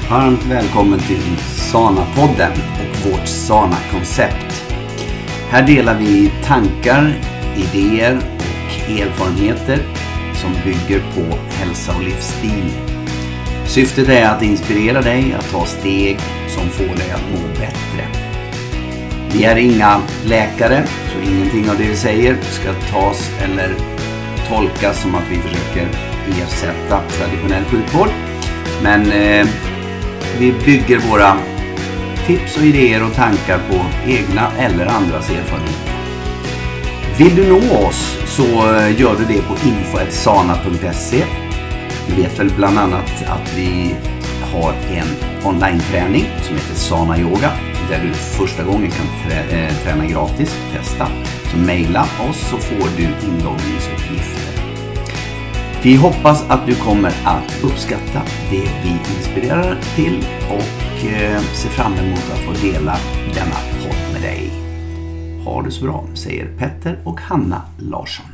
Varmt välkommen till Sana-podden och vårt Sana-koncept. Här delar vi tankar, idéer och erfarenheter som bygger på hälsa och livsstil. Syftet är att inspirera dig att ta steg som får dig att må bättre. Vi är inga läkare, så ingenting av det vi säger ska tas eller tolkas som att vi försöker ersätta traditionell sjukvård. Men vi bygger våra tips och idéer och tankar på egna eller andras erfarenheter. Vill du nå oss så gör du det på info@sana.se. Du vet väl bland annat att vi har en online-träning som heter Sana Yoga, där du första gången kan träna gratis, testa. Så mejla oss så får du inloggningsuppgifter. Vi hoppas att du kommer att uppskatta det vi inspirerar till och ser fram emot att få dela denna podd med dig. Ha det så bra, säger Petter och Hanna Larsson.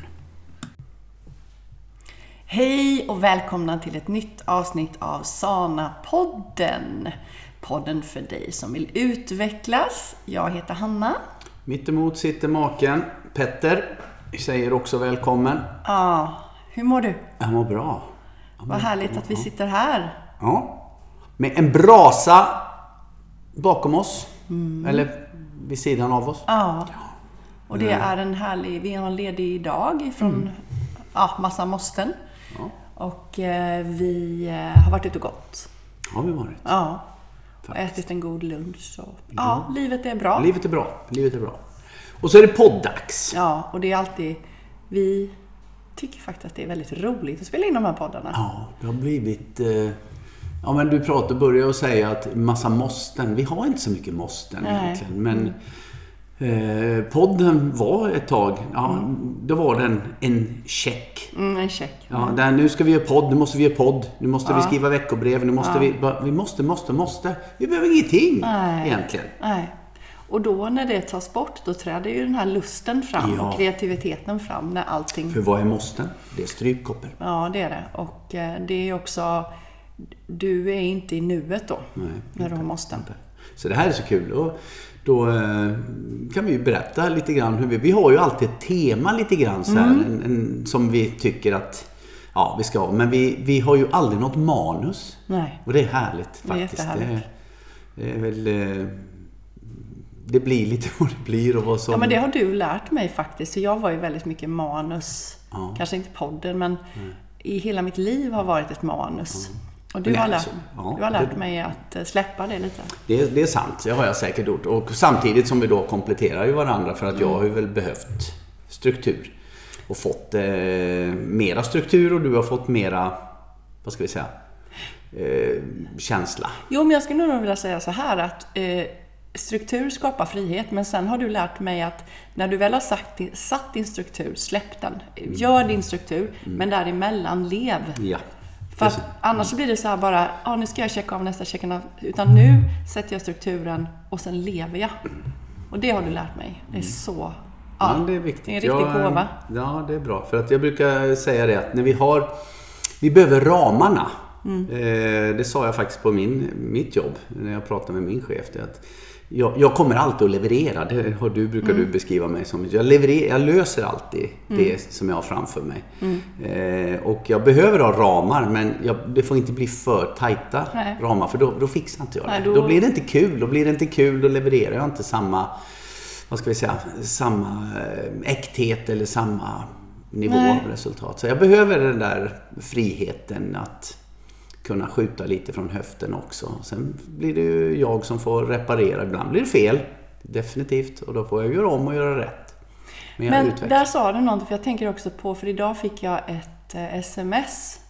Hej och välkomna till ett nytt avsnitt av Sana-podden. Podden för dig som vill utvecklas. Jag heter Hanna. Mittemot sitter maken Petter. Jag säger också välkommen. Ja, hur mår du? Jag mår bra. Vad härligt att vi sitter här. Ja, med en brasa bakom oss. Eller vid sidan av oss. Ja, och det är en härlig, vi har en ledig dag ifrån massa måsten. Ja. Och vi har varit ute och gått. Har vi varit? Ja, och ätit en god lunch. Så. Ja, livet är bra. Livet är bra. Och så är det poddags. Ja, och det är alltid, vi tycker faktiskt att det är väldigt roligt att spela in de här poddarna. Ja, det har blivit... Ja, men du börjar säga att massa måsten. Vi har inte så mycket måsten egentligen. Men podden var ett tag... Ja, då var den en check. En check. Ja, där, nu ska vi göra podd, nu måste vi göra podd. Nu måste vi skriva veckobrev. Nu måste vi måste. Vi behöver ingenting egentligen. Nej. Och då när det tas bort, då träder ju den här lusten fram och kreativiteten fram när allting... För vad är måsten? Det är strypkoppel. Ja, det är det. Och det är också... Du är inte i nuet då, när du har måsten. Så det här är så kul. Och då kan vi ju berätta lite grann hur vi har ju alltid ett tema lite grann så här, som vi tycker att vi ska ha. Men vi har ju aldrig något manus. Nej. Och det är härligt faktiskt. Det är jättehärligt. Det är väl... Det blir lite vad det blir och vad som... Ja, men det har du lärt mig faktiskt. Så jag var ju väldigt mycket manus. Kanske inte podden, men i hela mitt liv har varit ett manus. Och du har lärt mig att släppa det lite. Det är sant, det har jag säkert gjort. Och samtidigt som vi då kompletterar ju varandra, för att jag har ju väl behövt struktur. Och fått mera struktur, och du har fått mera, vad ska vi säga, känsla. Jo, men jag skulle nog vilja säga så här att... struktur skapar frihet, men sen har du lärt mig att när du väl har satt din struktur, släpp den. Gör din struktur, men däremellan lev. Ja. För att annars blir det så här bara, nu ska jag checka av nästa checka. Utan nu sätter jag strukturen och sen lever jag. Och det har du lärt mig. Det är så... Ja, det är viktigt. Det är en riktig gåva. Ja, det är bra. För att jag brukar säga det att när vi behöver ramarna. Det sa jag faktiskt på mitt jobb när jag pratade med min chef. Det att jag kommer alltid att leverera. Det brukar du beskriva mig som. Jag löser alltid det som jag har framför mig. Och jag behöver ha ramar, men det får inte bli för tajta ramar, för då fixar inte jag det. Då blir det inte kul. Då levererar jag inte samma, vad ska vi säga, samma äkthet eller samma nivå av resultat. Så jag behöver den där friheten att kunna skjuta lite från höften också. Sen blir det ju jag som får reparera. Ibland blir det fel, definitivt. Och då får jag göra om och göra rätt. Men där sa du något, för jag tänker också på, för idag fick jag ett sms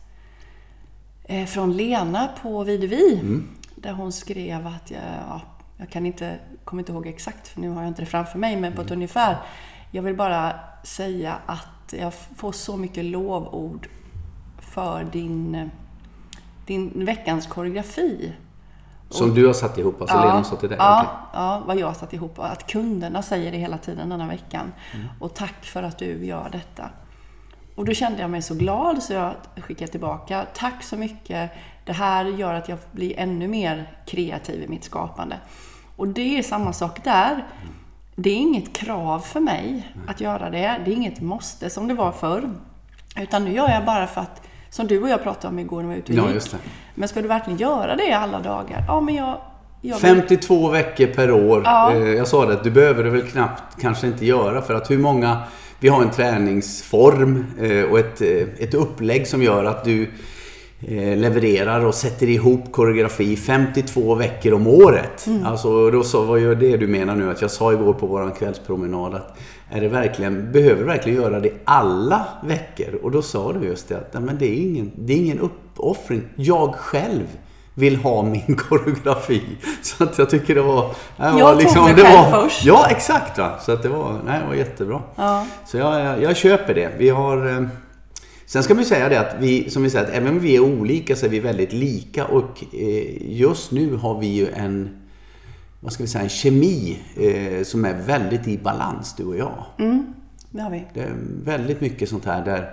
från Lena på Videvi. Där hon skrev att jag kommer inte ihåg exakt, för nu har jag inte det framför mig, men på ett ungefär. Jag vill bara säga att jag får så mycket lovord för din veckans koreografi. Som du har satt ihop, alltså Lena sa till dig? Ja, vad jag har satt ihop. Att kunderna säger det hela tiden denna veckan. Och tack för att du gör detta. Och då kände jag mig så glad så jag skickade tillbaka. Tack så mycket. Det här gör att jag blir ännu mer kreativ i mitt skapande. Och det är samma sak där. Det är inget krav för mig att göra det. Det är inget måste som det var förr. Utan nu gör jag bara för att, som du och jag pratade om igår när vi var ute och gick. Just det. Men ska du verkligen göra det alla dagar? Ja, men jag 52 veckor per år. Ja. Jag sa det, du behöver det väl knappt kanske inte göra. För att hur många... Vi har en träningsform och ett upplägg som gör att du levererar och sätter ihop koreografi 52 veckor om året. Alltså då så var ju det du menar nu, att jag sa igår på våran kvällspromenad att behöver verkligen göra det alla veckor? Och då sa du just det att men det är ingen uppoffring. Jag själv vill ha min koreografi. Så att jag tycker det var... Jag tog mig själv först. Ja, exakt. Va? Så att det var jättebra. Ja. Så jag köper det. Vi har... Sen ska vi säga det att som vi säger, att även om vi är olika så är vi väldigt lika. Och just nu har vi ju en kemi som är väldigt i balans, du och jag. Det har vi. Det är väldigt mycket sånt här där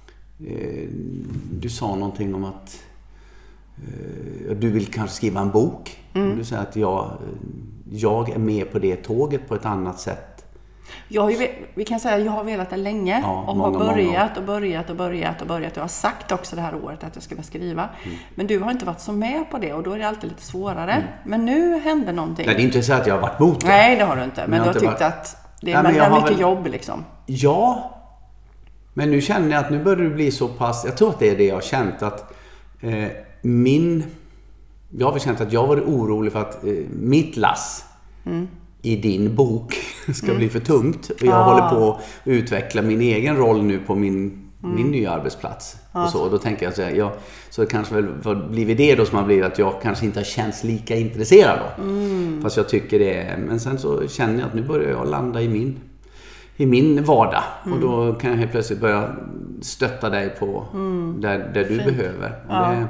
du sa någonting om att du vill kanske skriva en bok. Och du säger att jag är med på det tåget på ett annat sätt. Vi kan säga att jag har velat det länge och har börjat. Jag har sagt också det här året att jag ska skriva. Men du har inte varit så med på det och då är det alltid lite svårare. Men nu händer någonting. Nej, det är inte så att jag har varit mot det. Nej, det har du inte. Men du har tyckt att det är mycket jobb liksom. Ja, men nu känner jag att nu börjar det bli så pass... Jag tror att det är det jag har känt att jag har känt att jag var orolig för att mitt lass i din bok ska bli för tungt. Och jag håller på att utveckla min egen roll nu på min nya arbetsplats. Och så. Och då tänker jag så det kanske väl blivit det då som har blivit att jag kanske inte har känts lika intresserad då. Fast jag tycker det är... Men sen så känner jag att nu börjar jag landa i min vardag. Och då kan jag helt plötsligt börja stötta dig på där du behöver.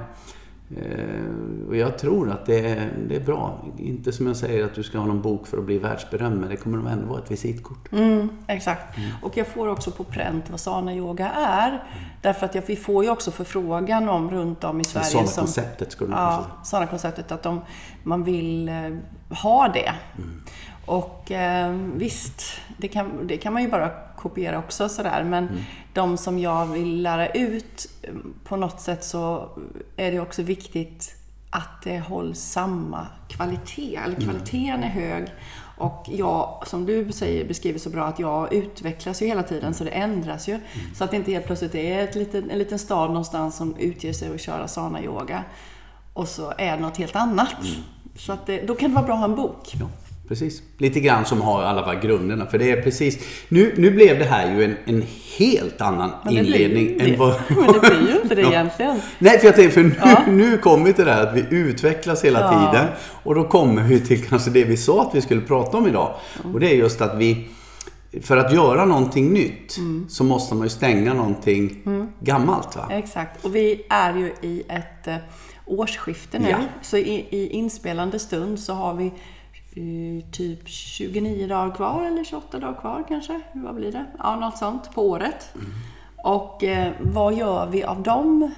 Och jag tror att det är bra. Inte som jag säger att du ska ha någon bok för att bli världsberömd, men det kommer nog ändå vara ett visitkort. Exakt. Och jag får också på pränt vad Sana Yoga är. Därför att vi får ju också förfrågan om runt om i Sverige. Sana-konceptet skulle man säga. Sana-konceptet, att man vill ha det. Och visst, det kan man ju bara kopiera också sådär. Men de som jag vill lära ut på något sätt, så är det också viktigt att det hålls samma kvalitet. Eller kvaliteten är hög. Och jag, som du beskriver så bra, att jag utvecklas ju hela tiden, så det ändras ju. Så att det inte helt plötsligt är en liten stad någonstans som utger sig att köra Sana Yoga. Och så är det något helt annat. Så att då kan det vara bra att ha en bok. Ja. Precis. Lite grann som har alla fall grunderna. För det är precis... Nu blev det här ju en helt annan inledning än vad... Men det blir ju inte det egentligen. Nej, för jag tänker, nu kommer vi till det här att vi utvecklas hela tiden. Och då kommer vi till kanske det vi sa att vi skulle prata om idag. Och det är just att för att göra någonting nytt så måste man ju stänga någonting gammalt, va? Exakt. Och vi är ju i ett årsskifte nu. Ja. Så i inspelande stund så har vi typ 29 dagar kvar eller 28 dagar kvar kanske. Vad blir det? Ja, något sånt på året. Och vad gör vi av de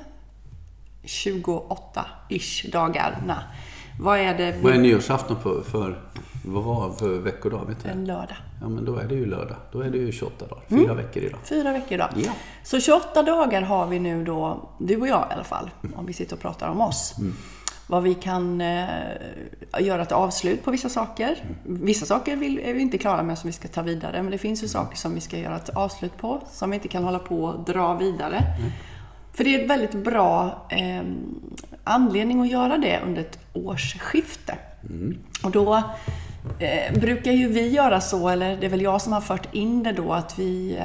28-ish dagarna? Vad är nyårsafton vad var för veckodag? Vet du? En lördag. Ja, men då är det ju lördag. Då är det ju 28 dagar. 4 veckor idag. 4 veckor idag. Ja. Så 28 dagar har vi nu då, du och jag i alla fall, om vi sitter och pratar om oss. Vad vi kan göra ett avslut på vissa saker. Vissa saker är vi inte klara med som vi ska ta vidare. Men det finns ju saker som vi ska göra ett avslut på, som vi inte kan hålla på och dra vidare. För det är ett väldigt bra anledning att göra det under ett årsskifte. Och då brukar ju vi göra så, eller det är väl jag som har fört in det då, att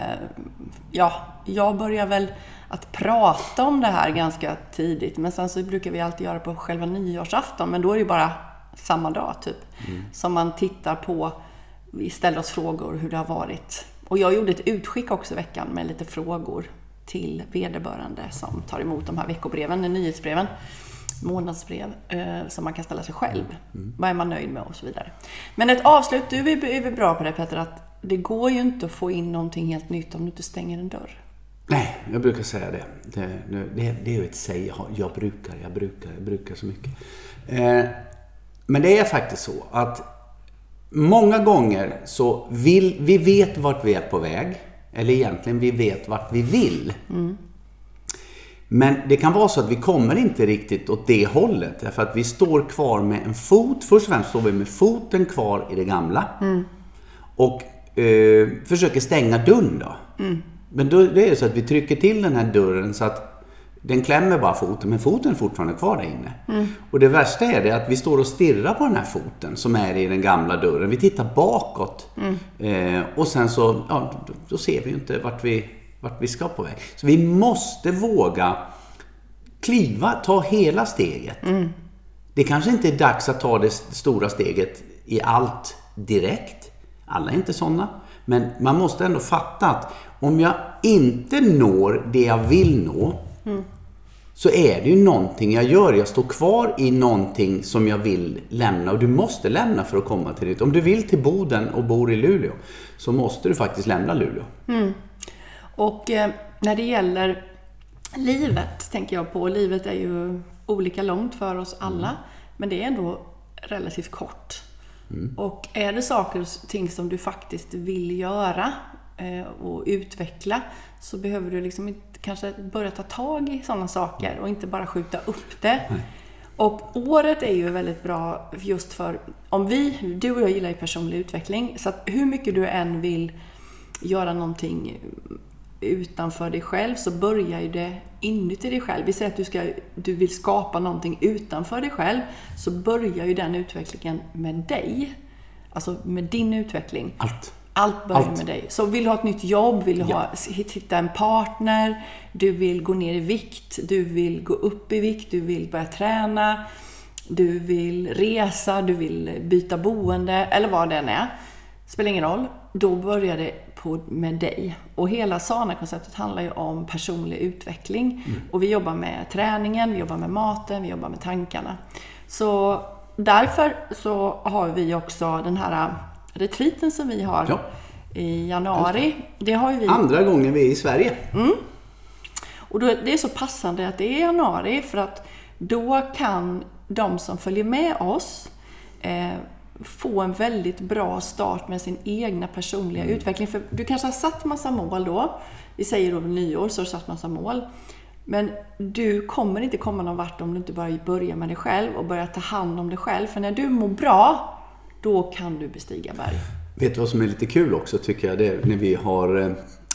jag börjar väl att prata om det här ganska tidigt. Men sen så brukar vi alltid göra på själva nyårsafton. Men då är det ju bara samma dag typ. Som man tittar på. Vi ställer oss frågor hur det har varit. Och jag gjorde ett utskick också i veckan med lite frågor till vederbörande som tar emot de här veckobreven, nyhetsbreven, månadsbrev som man kan ställa sig själv. Vad är man nöjd med och så vidare. Men ett avslut, du är bra på det, Petter, att det går ju inte att få in någonting helt nytt om du inte stänger en dörr. Nej, jag brukar säga det. Det är ju ett säg. Jag brukar så mycket. Men det är faktiskt så att många gånger så vi vet vart vi är på väg. Eller egentligen vi vet vart vi vill. Men det kan vara så att vi kommer inte riktigt åt det hållet. Därför att vi står kvar med en fot. Först och främst står vi med foten kvar i det gamla. Och försöker stänga dörren då. Men då det är så att vi trycker till den här dörren så att den klämmer bara foten. Men foten är fortfarande kvar där inne. Och det värsta är det att vi står och stirrar på den här foten som är i den gamla dörren. Vi tittar bakåt. Och sen så då ser vi ju inte vart vi ska på väg. Så vi måste våga ta hela steget. Det kanske inte är dags att ta det stora steget i allt direkt. Alla är inte sådana. Men man måste ändå fatta att om jag inte når det jag vill nå så är det ju någonting jag gör. Jag står kvar i någonting som jag vill lämna. Och du måste lämna för att komma till det. Om du vill till Boden och bor i Luleå så måste du faktiskt lämna Luleå. Och när det gäller livet tänker jag på. Livet är ju olika långt för oss alla. Men det är ändå relativt kort. Och är det saker och ting som du faktiskt vill göra och utveckla så behöver du liksom inte kanske börja ta tag i sådana saker och inte bara skjuta upp det. Och året är ju väldigt bra just för du och jag gillar ju personlig utveckling så att hur mycket du än vill göra någonting utanför dig själv så börjar ju det inuti dig själv. Vi säger att du vill skapa någonting utanför dig själv så börjar ju den utvecklingen med dig. Alltså med din utveckling. Allt börjar med dig. Så vill du ha ett nytt jobb, vill du hitta en partner, du vill gå ner i vikt, du vill gå upp i vikt, du vill börja träna, du vill resa, du vill byta boende eller vad det än är. Spelar ingen roll. Då börjar det med dig. Och hela Sana-konceptet handlar ju om personlig utveckling. Och vi jobbar med träningen, vi jobbar med maten, vi jobbar med tankarna. Så därför så har vi också den här retreaten som vi har i januari. Det har ju vi... Andra gången vi är i Sverige. Och det är så passande att det är januari för att då kan de som följer med oss få en väldigt bra start med sin egna personliga utveckling. För du kanske har satt massa mål då. Vi säger då nyår så har du satt massa mål. Men du kommer inte komma någon vart om du inte bara börjar med dig själv och börjar ta hand om dig själv. För när du mår bra, då kan du bestiga berg. Vet du vad som är lite kul också tycker jag? Det är när vi har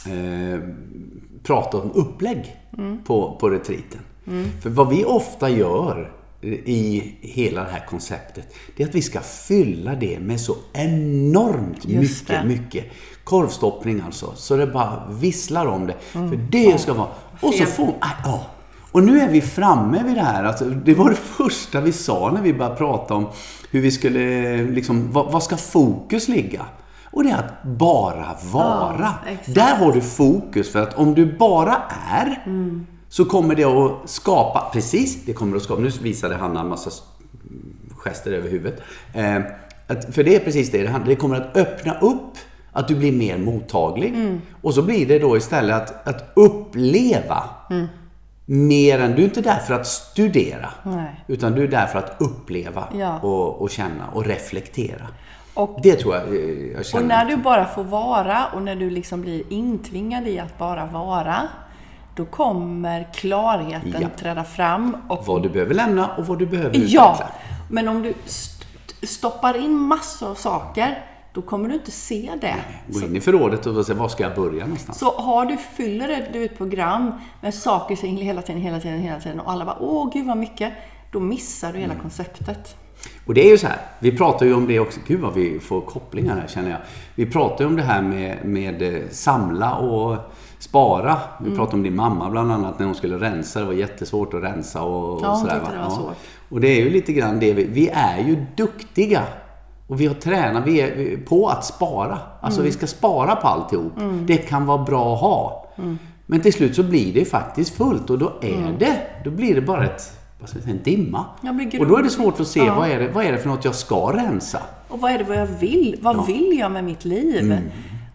pratat om upplägg på retreaten. För vad vi ofta gör i hela det här konceptet det är att vi ska fylla det med så enormt mycket korvstoppning alltså. Så det bara visslar om det. För det ska vara... Och så får... Och nu är vi framme vid det här. Alltså, det var det första vi sa när vi började prata om hur vi skulle... Liksom, vad ska fokus ligga? Och det är att bara vara. Där har du fokus. För att om du bara är... Så kommer det att skapa... Precis, det kommer att skapa... Nu visade Hanna en massa gester över huvudet. För det är precis det handlar. Det kommer att öppna upp att du blir mer mottaglig. Och så blir det då istället att uppleva mer än... Du är inte där för att studera. Nej. Utan du är där för att uppleva och känna och reflektera. Och det tror jag känner. Och när du bara får vara och när du liksom blir intvingad i att bara vara... Då kommer klarheten träda fram. Och vad du behöver lämna och vad du behöver utveckla. Men om du stoppar in massor av saker, då kommer du inte se det. Gå in i förrådet och säga, var ska jag börja någonstans? Så fyller du ett program med saker hela tiden och alla bara, gud vad mycket, då missar du hela konceptet. Och det är ju så här, vi pratar ju om det också, gud vad vi får kopplingar här känner jag. Vi pratar ju om det här med samla och spara. Vi pratade om din mamma bland annat när hon skulle rensa. Det var jättesvårt att rensa och sådär. Det var svårt. Och det är ju lite grann det. Vi är ju duktiga. Och vi har tränat på att spara. Alltså vi ska spara på alltihop. Det kan vara bra att ha. Men till slut så blir det faktiskt fullt. Och då blir det bara en dimma. Och då är det svårt att se vad är det för något jag ska rensa. Och vad är det jag vill? Vad vill jag med mitt liv?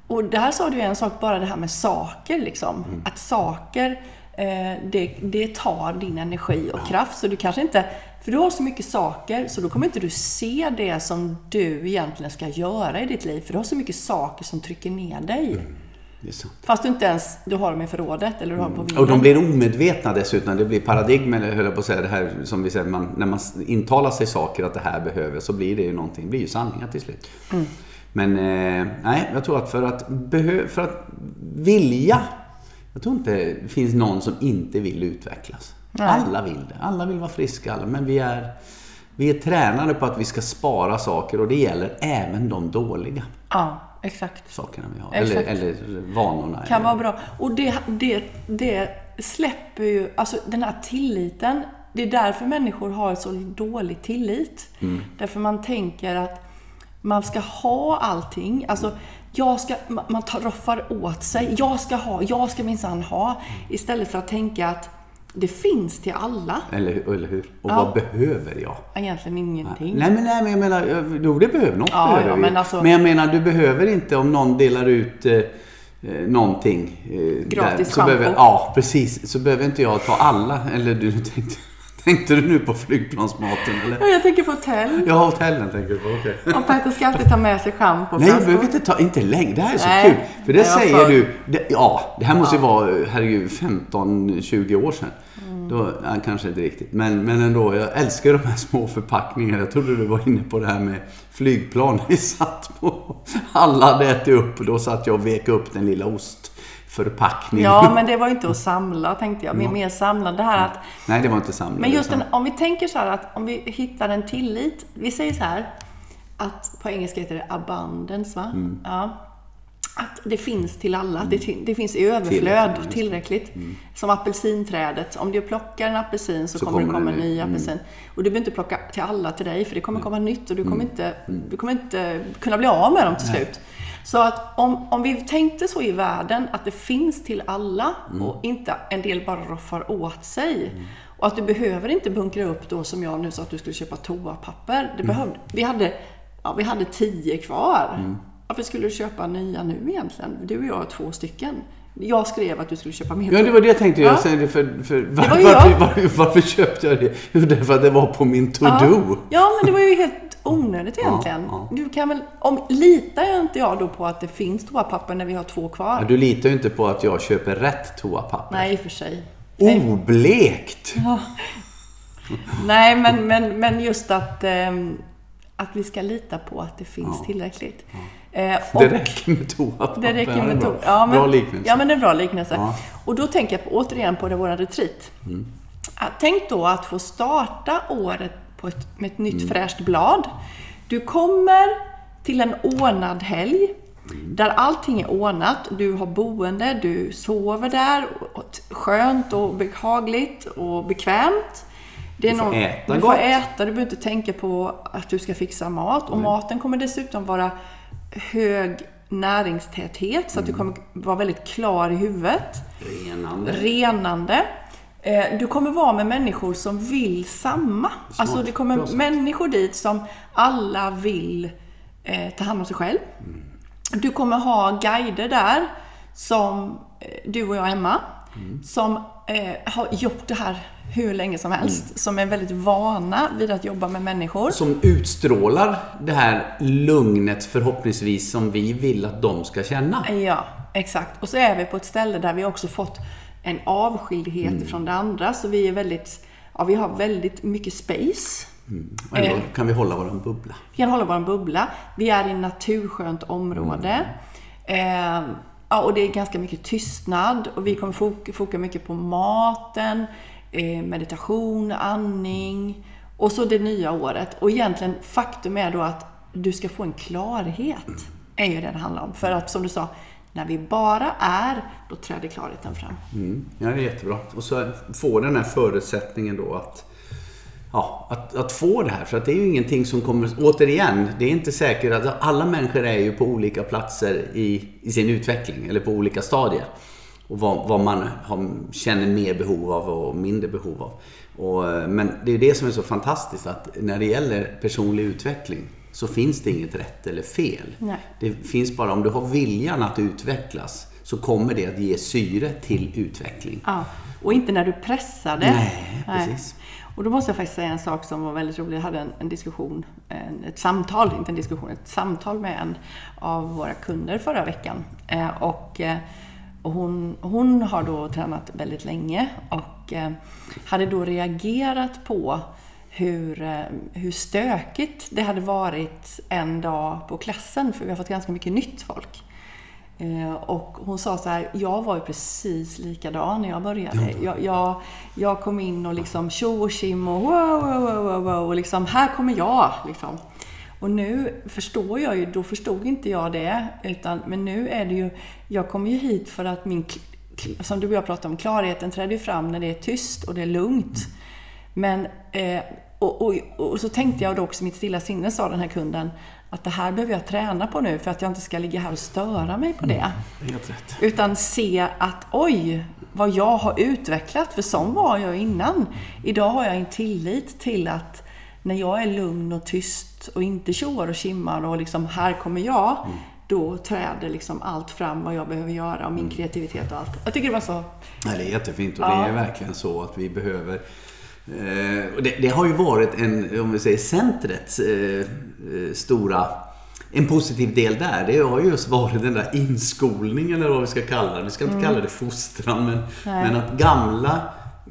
Och där sa du en sak, bara det här med saker liksom. Att saker, det tar din energi och kraft. Så du kanske inte, för du har så mycket saker, så då kommer inte du se det som du egentligen ska göra i ditt liv. För du har så mycket saker som trycker ner dig. Fast du inte ens du har dem i förrådet eller du har på vinden. Och de blir omedvetna dessutom. Det blir paradigm, eller höll jag på att säga, det här som vi säger, när man intalar sig saker att det här behöver, så blir det ju någonting, det blir ju sanningar till slut. Men nej, jag tror att för att vilja, jag tror inte det finns någon som inte vill utvecklas. Nej. Alla vill det. Alla vill vara friska, men vi är tränade på att vi ska spara saker, och det gäller även de dåliga. Ja, exakt. Sakerna vi har. Eller vanorna. Kan vara bra. Och det släpper ju, alltså den här tilliten, det är därför människor har så dålig tillit. Därför man tänker att man ska ha allting. Alltså, man roffar åt sig. Jag ska minsann ha. Istället för att tänka att det finns till alla. Eller hur? Och vad behöver jag? Egentligen ingenting. Nej, men jag menar, det behöver något. Ja, men, alltså, men jag menar, du behöver inte, om någon delar ut någonting. Gratis shampoo. Ja, precis. Så behöver inte jag ta alla. Eller du tänkte du nu på flygplansmaten? Eller? Ja, jag tänker på hotell. Ja, hotellen tänker du på, okej. Och Peter ska alltid ta med sig shampoo. Nej, jag behöver inte längre. Det här är så kul. För det säger du. Det här måste ju vara, herregud, 15-20 år sedan. Då, kanske inte riktigt. Men ändå, jag älskar de här små förpackningarna. Jag trodde du var inne på det här med flygplan. Vi satt på. Alla hade ätit upp. Och då satt jag och vek upp den lilla ostförpackningen. Ja, men det var ju inte att samla, tänkte jag. Mer samla det här att... Nej, det var inte samla. Men just om vi tänker så här att om vi hittar en tillit. Vi säger så här att på engelska heter det abundance, va? Ja. Att det finns till alla. Det finns i överflöd tillräckligt. Som apelsinträdet. Om du plockar en apelsin så kommer det komma en ny apelsin. Och du behöver inte plocka till alla till dig, för det kommer komma nytt och du kommer inte kunna bli av med dem till slut. Så att om vi tänkte så i världen, att det finns till alla och inte en del bara roffar åt sig. Och att du behöver inte bunkra upp då, som jag nu sa att du skulle köpa toapapper. Vi hade 10 kvar. Varför skulle du köpa nya nu egentligen? Du och jag har 2 stycken. Jag skrev att du skulle köpa mer. Ja, det var det jag tänkte. Jag säger varför köpte jag det? Jo, därför att det var på min to-do. Ja, men det var ju helt onödigt egentligen. Du kan väl, litar jag inte jag då på att det finns toapapper när vi har 2 kvar? Ja, du litar ju inte på att jag köper rätt toapapper. Nej, för sig. Oblekt! Ja. Nej, men just att vi ska lita på att det finns tillräckligt. Det räcker med toapapper. Det räcker med toapapper. Ja, bra liknelse. Ja, men det är en bra liknelse. Ja. Och då tänker jag återigen på vår retreat. Tänk då att få starta året med ett nytt fräscht blad. Du kommer till en ordnad helg där allting är ordnat. Du har boende, du sover där, skönt och behagligt och bekvämt. Du får äta, du behöver inte tänka på att du ska fixa mat. Och maten kommer dessutom vara hög näringstäthet, så att du kommer vara väldigt klar i huvudet. Renande. Du kommer vara med människor som vill samma. Alltså det kommer människor dit som alla vill ta hand om sig själv. Du kommer ha guider där som du och jag, Emma, som har gjort det här hur länge som helst, som är väldigt vana vid att jobba med människor. Som utstrålar det här lugnet förhoppningsvis som vi vill att de ska känna. Ja, exakt. Och så är vi på ett ställe där vi också fått en avskildhet från det andra, så vi är vi har väldigt mycket space. Kan vi hålla våran bubbla? Vi kan hålla våran bubbla. Vi är i ett naturskönt område. Och det är ganska mycket tystnad, och vi kommer foka mycket på maten, meditation, andning och så det nya året. Och egentligen faktum är då att du ska få en klarhet, är ju det handlar om. För att som du sa, när vi bara är, då träder klarheten fram. Ja, det är jättebra. Och så få den här förutsättningen då att få det här. För att det är ju ingenting som kommer, återigen, det är inte säkert att alla människor är ju på olika platser i sin utveckling eller på olika stadier. Och vad man känner mer behov av och mindre behov av. Men det är det som är så fantastiskt, att när det gäller personlig utveckling så finns det inget rätt eller fel. Nej. Det finns bara, om du har viljan att utvecklas så kommer det att ge syre till utveckling. Ja, och inte när du pressar det. Nej, precis. Och då måste jag faktiskt säga en sak som var väldigt rolig. Jag hade en diskussion, ett samtal med en av våra kunder förra veckan. Och hon har då tränat väldigt länge och hade då reagerat på hur stökigt det hade varit en dag på klassen, för vi har fått ganska mycket nytt folk. Och hon sa så här: jag var ju precis likadan när jag började. Jag kom in och liksom tjo och tjim och wow, och liksom här kommer jag liksom. Och nu förstår jag ju, då förstod inte jag det, men nu är det ju, jag kommer ju hit för att som du och jag pratade om, klarheten träder ju fram när det är tyst och det är lugnt. Men och så tänkte jag då också, mitt stilla sinne sa den här kunden, att det här behöver jag träna på nu för att jag inte ska ligga här och störa mig på det. Helt rätt. Utan se att oj, vad jag har utvecklat, för som var jag innan. Idag har jag en tillit till att när jag är lugn och tyst och inte tjoar och kimmar och liksom här kommer jag, då träder liksom allt fram vad jag behöver göra och min kreativitet och allt. Jag tycker det var så... Ja, det är jättefint och det är verkligen så att vi behöver... Och det har ju varit om vi säger centrets stora, en positiv del där. Det har ju just varit den där inskolningen eller vad vi ska kalla det. Vi ska inte kalla det fostran, men att gamla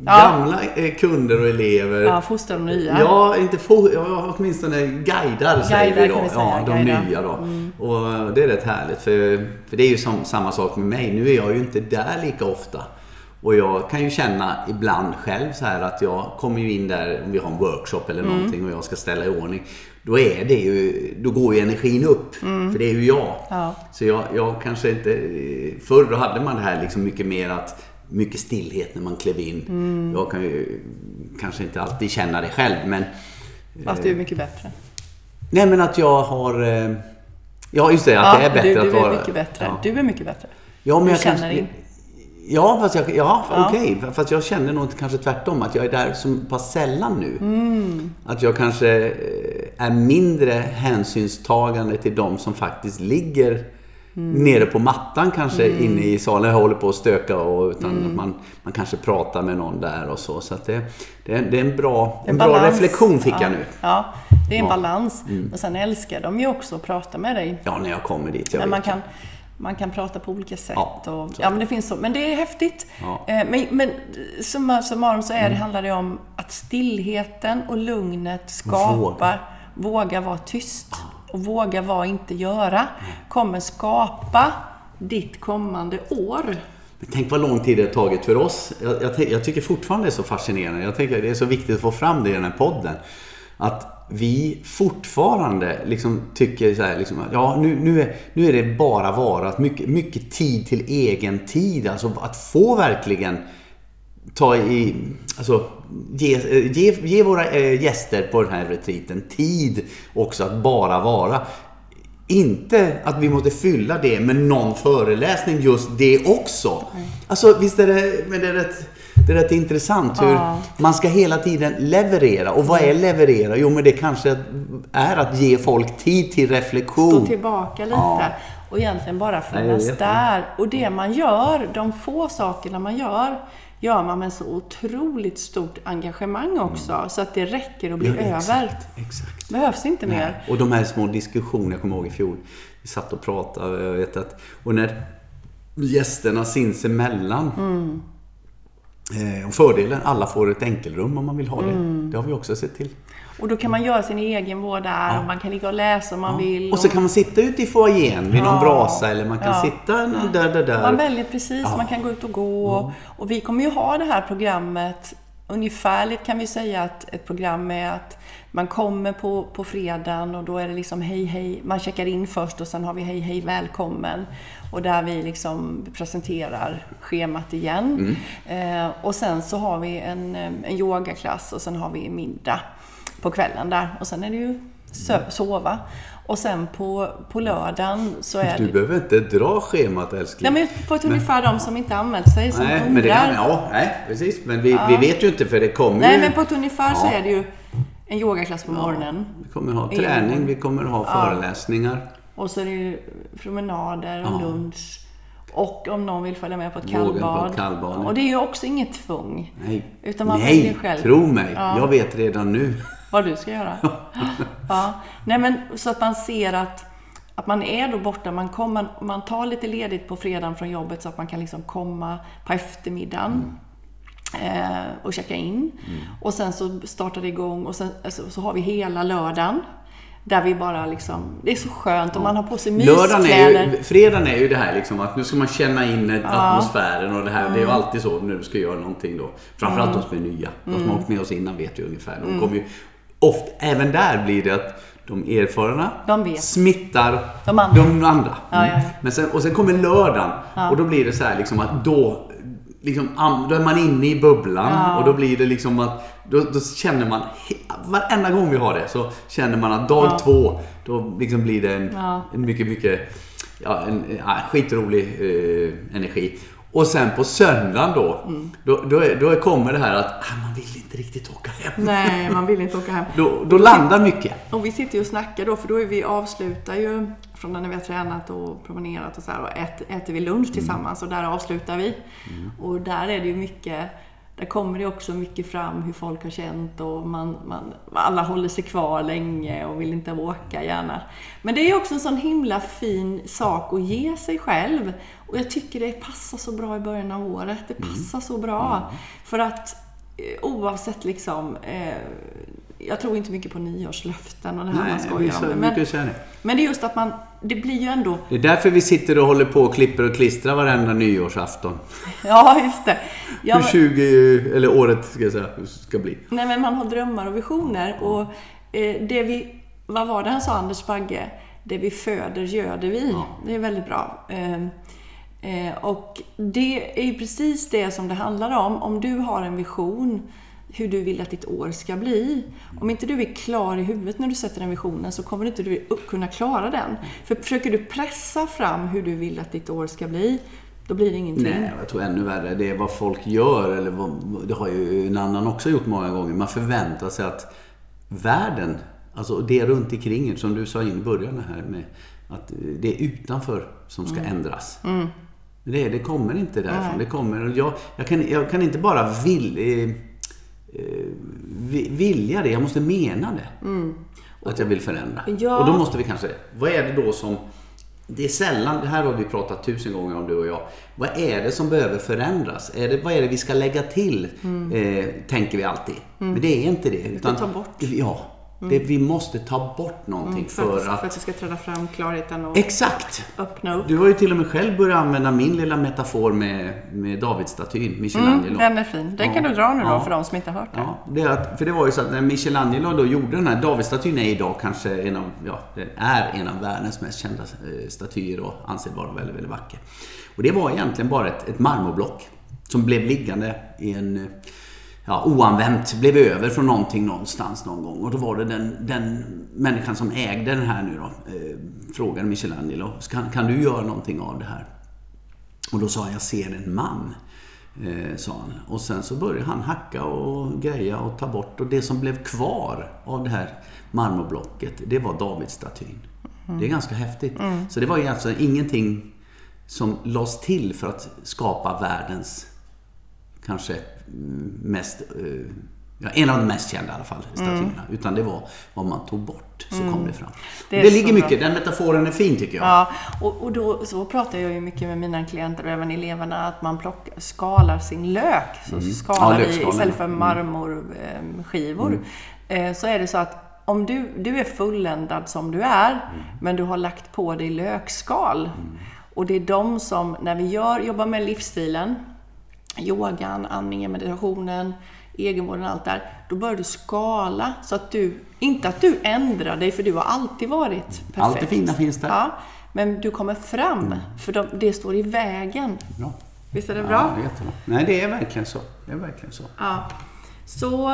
kunder och elever. Ja, fostran och nya. Ja, åtminstone guidar säger vi då. De nya då. Och det är rätt härligt för det är ju samma sak med mig. Nu är jag ju inte där lika ofta. Och jag kan ju känna ibland själv så här att jag kommer ju in där om vi har en workshop eller någonting och jag ska ställa i ordning. Då går ju energin upp, för det är ju jag. Ja. Så jag kanske inte... Förr då hade man det här liksom mycket mer mycket stillhet när man klev in. Jag kan ju kanske inte alltid känna det själv, men... Fast du är mycket bättre. Nej, men att jag har... Ja, just det, att det är bättre att vara... Du är mycket bättre. Ja. Du är mycket bättre. Ja, men du jag känner in. Ja, okej. Fast jag känner nog kanske tvärtom, att jag är där så pass sällan nu. Att jag kanske är mindre hänsynstagande till de som faktiskt ligger nere på mattan kanske inne i salen. Jag håller på att stöka utan att man kanske pratar med någon där och så. Så att det är en bra reflektion fick jag nu. Ja, det är en balans. Och sen älskar de ju också att prata med dig. Ja, när jag kommer dit. Man kan prata på olika sätt. Men det finns så. Men det är häftigt. Ja. Men summa summarum så handlar det om att stillheten och lugnet våga vara tyst och våga vara inte göra kommer skapa ditt kommande år. Men tänk vad lång tid det har tagit för oss. Jag tycker fortfarande det är så fascinerande. Jag tycker det är så viktigt att få fram det i den här podden. Att vi fortfarande liksom tycker så här, liksom, nu är det bara varat mycket tid till egen tid, alltså att få verkligen ge våra gäster på den här retreaten tid också att bara vara. Inte att vi måste fylla det med någon föreläsning just det också. Alltså visst är det, men det är rätt intressant hur man ska hela tiden leverera. Och vad är leverera? Jo, men det kanske är att ge folk tid till reflektion. Stå tillbaka lite och egentligen bara finnas där. Och det man gör, de få sakerna man gör man med så otroligt stort engagemang också. Så att det räcker att bli över. Exakt. Behövs inte mer. Och de här små diskussionerna, jag kommer ihåg i fjol. Vi satt och pratade, jag vet att... Och när gästerna sinsemellan... Och fördelen, alla får ett enkelrum om man vill ha det. Det har vi också sett till. Och då kan man göra sin egen vård där. Och man kan ligga och läsa om man vill. Och så kan man sitta ute i foajén vid någon brasa. Eller man kan sitta där. Man väljer precis. Man kan gå ut och gå. Och vi kommer ju ha det här programmet. Ungefärligt kan vi säga att ett program är att man kommer på fredagen och då är det liksom hej. Man checkar in först och sen har vi hej välkommen. Och där vi liksom presenterar schemat igen. Och sen så har vi en yogaklass och sen har vi middag på kvällen där. Och sen är det ju sova. Och sen på lördagen så är Du behöver inte dra schemat, älskling. Nej, men på ett ungefär de som inte anmält sig som undrar. Nej, precis. Men vi vet ju inte för det kommer Nej, men på ett ungefär så är det ju en yogaklass på morgonen. Vi kommer ha träning, vi kommer ha föreläsningar. Och så är det promenader och lunch. Och om någon vill följa med på ett kallbad. Och det är ju också inget tvång. Nej, utan man väljer själv. Tro mig. Ja. Jag vet redan nu. Vad du ska göra. Nej, men så att man ser att man är då borta. Man tar lite ledigt på fredagen från jobbet så att man kan liksom komma på eftermiddagen. Och checka in. Och sen så startar det igång. Och sen så har vi hela lördagen. Där vi bara liksom, det är så skönt och man har på sig myskläder. Fredagen är ju det här liksom att nu ska man känna in atmosfären och det här. Det är ju alltid så när du ska göra någonting då. Framförallt de som är nya. De som har åkt med oss innan vet ju ungefär. De kommer ju ofta, även där blir det att de erfarna smittar de andra. Men sen kommer lördagen och då blir det så här liksom att då är man inne i bubblan och då blir det liksom att då känner man varenda gång vi har det så känner man att dag 2 då liksom blir det en mycket skitrolig energi. Och sen på söndagen då kommer det här att man vill inte riktigt åka hem. Nej, man vill inte åka hem. Då landar mycket. Och vi sitter ju och snackar då, för då är vi avslutar ju från när vi har tränat och promenerat och så här, och äter vi lunch tillsammans och där avslutar vi. Och där är det ju mycket, där kommer det också mycket fram hur folk har känt och alla håller sig kvar länge och vill inte åka gärna. Men det är också en sån himla fin sak att ge sig själv. Och jag tycker det passar så bra i början av året. Det passar så bra. För att oavsett liksom... jag tror inte mycket på nyårslöften och det här man skojar om. Men det är just att det blir ju ändå... Det är därför vi sitter och håller på och klipper och klistrar varenda nyårsafton. Ja, just det. Hur 20, eller året ska jag säga, ska bli. Nej, men man har drömmar och visioner. Och vad var det han sa, Anders Bagge? Det vi föder gör det vi. Det är väldigt bra. Och det är ju precis det som det handlar om. Om du har en vision hur du vill att ditt år ska bli. Om inte du är klar i huvudet när du sätter den visionen så kommer inte du kunna klara den. För försöker du pressa fram hur du vill att ditt år ska bli, då blir det ingenting. Nej, jag tror ännu värre. Det är vad folk gör, eller det har ju en annan också gjort många gånger. Man förväntar sig att världen, alltså det runt omkring, som du sa in i början här med att det är utanför som ska ändras. Det kommer inte därifrån. Det kommer, jag kan inte bara vilja det, jag måste mena det. Att jag vill förändra. Och då måste vi kanske, vad är det då som, det är sällan, det här har vi pratat 1000 gånger om, du och jag. Vad är det som behöver förändras? Vad är det vi ska lägga till? Tänker vi alltid. Men det är inte det. Utan, ta bort. Vi måste ta bort någonting för att det ska träda fram klarheten och öppna upp. Du har ju till och med själv börjat använda min lilla metafor med Davidstatyn, Michelangelo. Den är fin. Den kan du dra nu då för de som inte har hört det. För det var ju så att när Michelangelo då gjorde den här Davidstatyn, är idag kanske en av världens mest kända statyer och anses vara väldigt, väldigt vacker. Och det var egentligen bara ett marmorblock som blev liggande i en... oanvänt, blev över från någonting någonstans någon gång. Och då var det den människan som ägde den här nu då, frågade Michelangelo, kan du göra någonting av det här? Och då sa han, jag ser en man, sa han. Och sen så började han hacka och greja och ta bort. Och det som blev kvar av det här marmorblocket, det var Davidstatyn. Det är ganska häftigt. Så det var ju alltså ingenting som lades till för att skapa världens kanske mest, en av de mest kända i alla fall statyerna, utan det var vad man tog bort, så kom det fram. Det ligger mycket, den metaforen är fin tycker jag. Ja, och då så pratar jag ju mycket med mina klienter och även eleverna att man skalar sin lök, så skalar vi istället för marmorskivor. Så är det så att om du är fulländad som du är, men du har lagt på dig lökskal, och det är de som, när vi jobbar med livsstilen, yogan, andningen, meditationen, egenvården och allt där, då börjar du skala så att inte att du ändrar dig, för du har alltid varit perfekt. Allt det fina finns där. Ja, men du kommer fram, för det står i vägen. Bra. Visst är det bra? Ja, det är jättebra. Nej, det är verkligen så. Ja. Så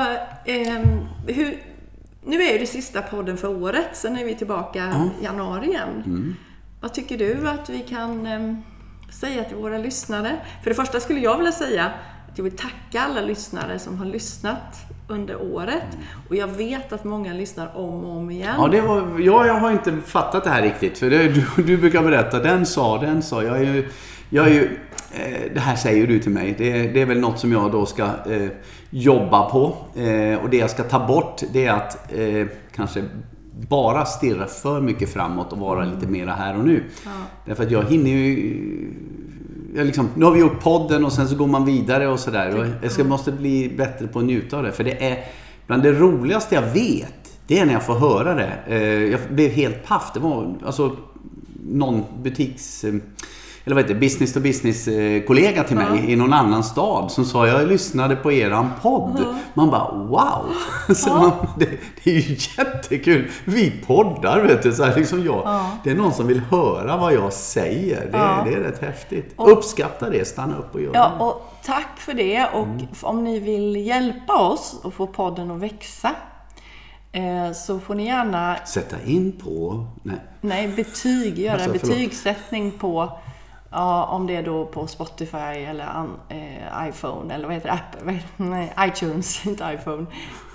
nu är ju det sista podden för året, sen är vi tillbaka i januari igen. Vad tycker du att vi kan säga till våra lyssnare? För det första skulle jag vilja säga att jag vill tacka alla lyssnare som har lyssnat under året. Och jag vet att många lyssnar om och om igen. Ja, jag har inte fattat det här riktigt. För du brukar berätta, den sa. Jag är ju det här säger du till mig. Det är väl något som jag då ska jobba på. Och det jag ska ta bort, det är att kanske bara stirra för mycket framåt och vara lite mera här och nu. Ja. Därför att jag hinner ju... nu har vi gjort podden och sen så går man vidare och sådär. Och jag måste bli bättre på att njuta av det. För det är bland det roligaste jag vet. Det är när jag får höra det. Jag blev helt paff. Det var alltså någon butiks... Eller vad heter det? Business to business kollega till mig i någon annan stad som sa jag lyssnade på eran podd. Man bara wow. Så det är ju jättekul. Vi poddar vet du så här, liksom jag. Det är någon som vill höra vad jag säger. Det är rätt häftigt. Uppskatta det, stanna upp och göra det. Och tack för det och om ni vill hjälpa oss att få podden att växa så får ni gärna sätta in på betyg, göra betygssättning på om det är då på Spotify eller iPhone eller vad heter det? iTunes, inte iPhone.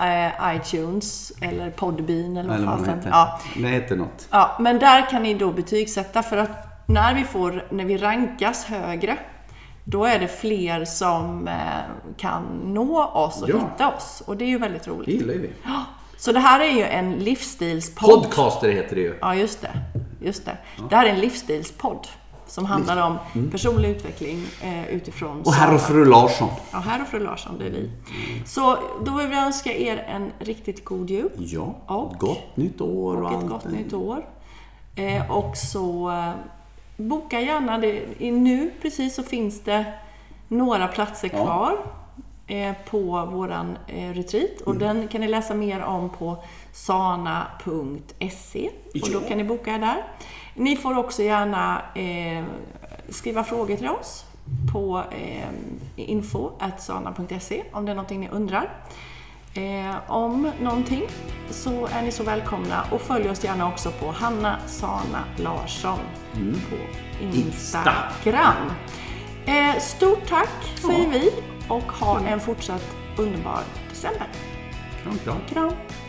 iTunes eller Podbean eller vad fan heter. Det heter något. Ja, men där kan ni då betygsätta för att när vi rankas högre då är det fler som kan nå oss och hitta oss och det är ju väldigt roligt. Det gillar vi. Så det här är ju en livsstilspodd. Podcaster heter det ju. Ja, just det. Ja. Det här är en livsstilspodd som handlar om personlig utveckling utifrån... Och herr och fru Larsson. Ja, herr och fru Larsson, det är vi. Så då vill vi önska er en riktigt god jul. Ja, och gott nytt år. Och ett gott nytt år. Och så boka gärna det. Nu precis så finns det några platser kvar på våran retreat. Och den kan ni läsa mer om på sana.se. Och då kan ni boka där. Ni får också gärna skriva frågor till oss på info@sana.se om det är någonting ni undrar. Om någonting så är ni så välkomna och följ oss gärna också på Hanna Sana Larsson på Instagram. Stort tack säger vi och ha en fortsatt underbar december. Kram.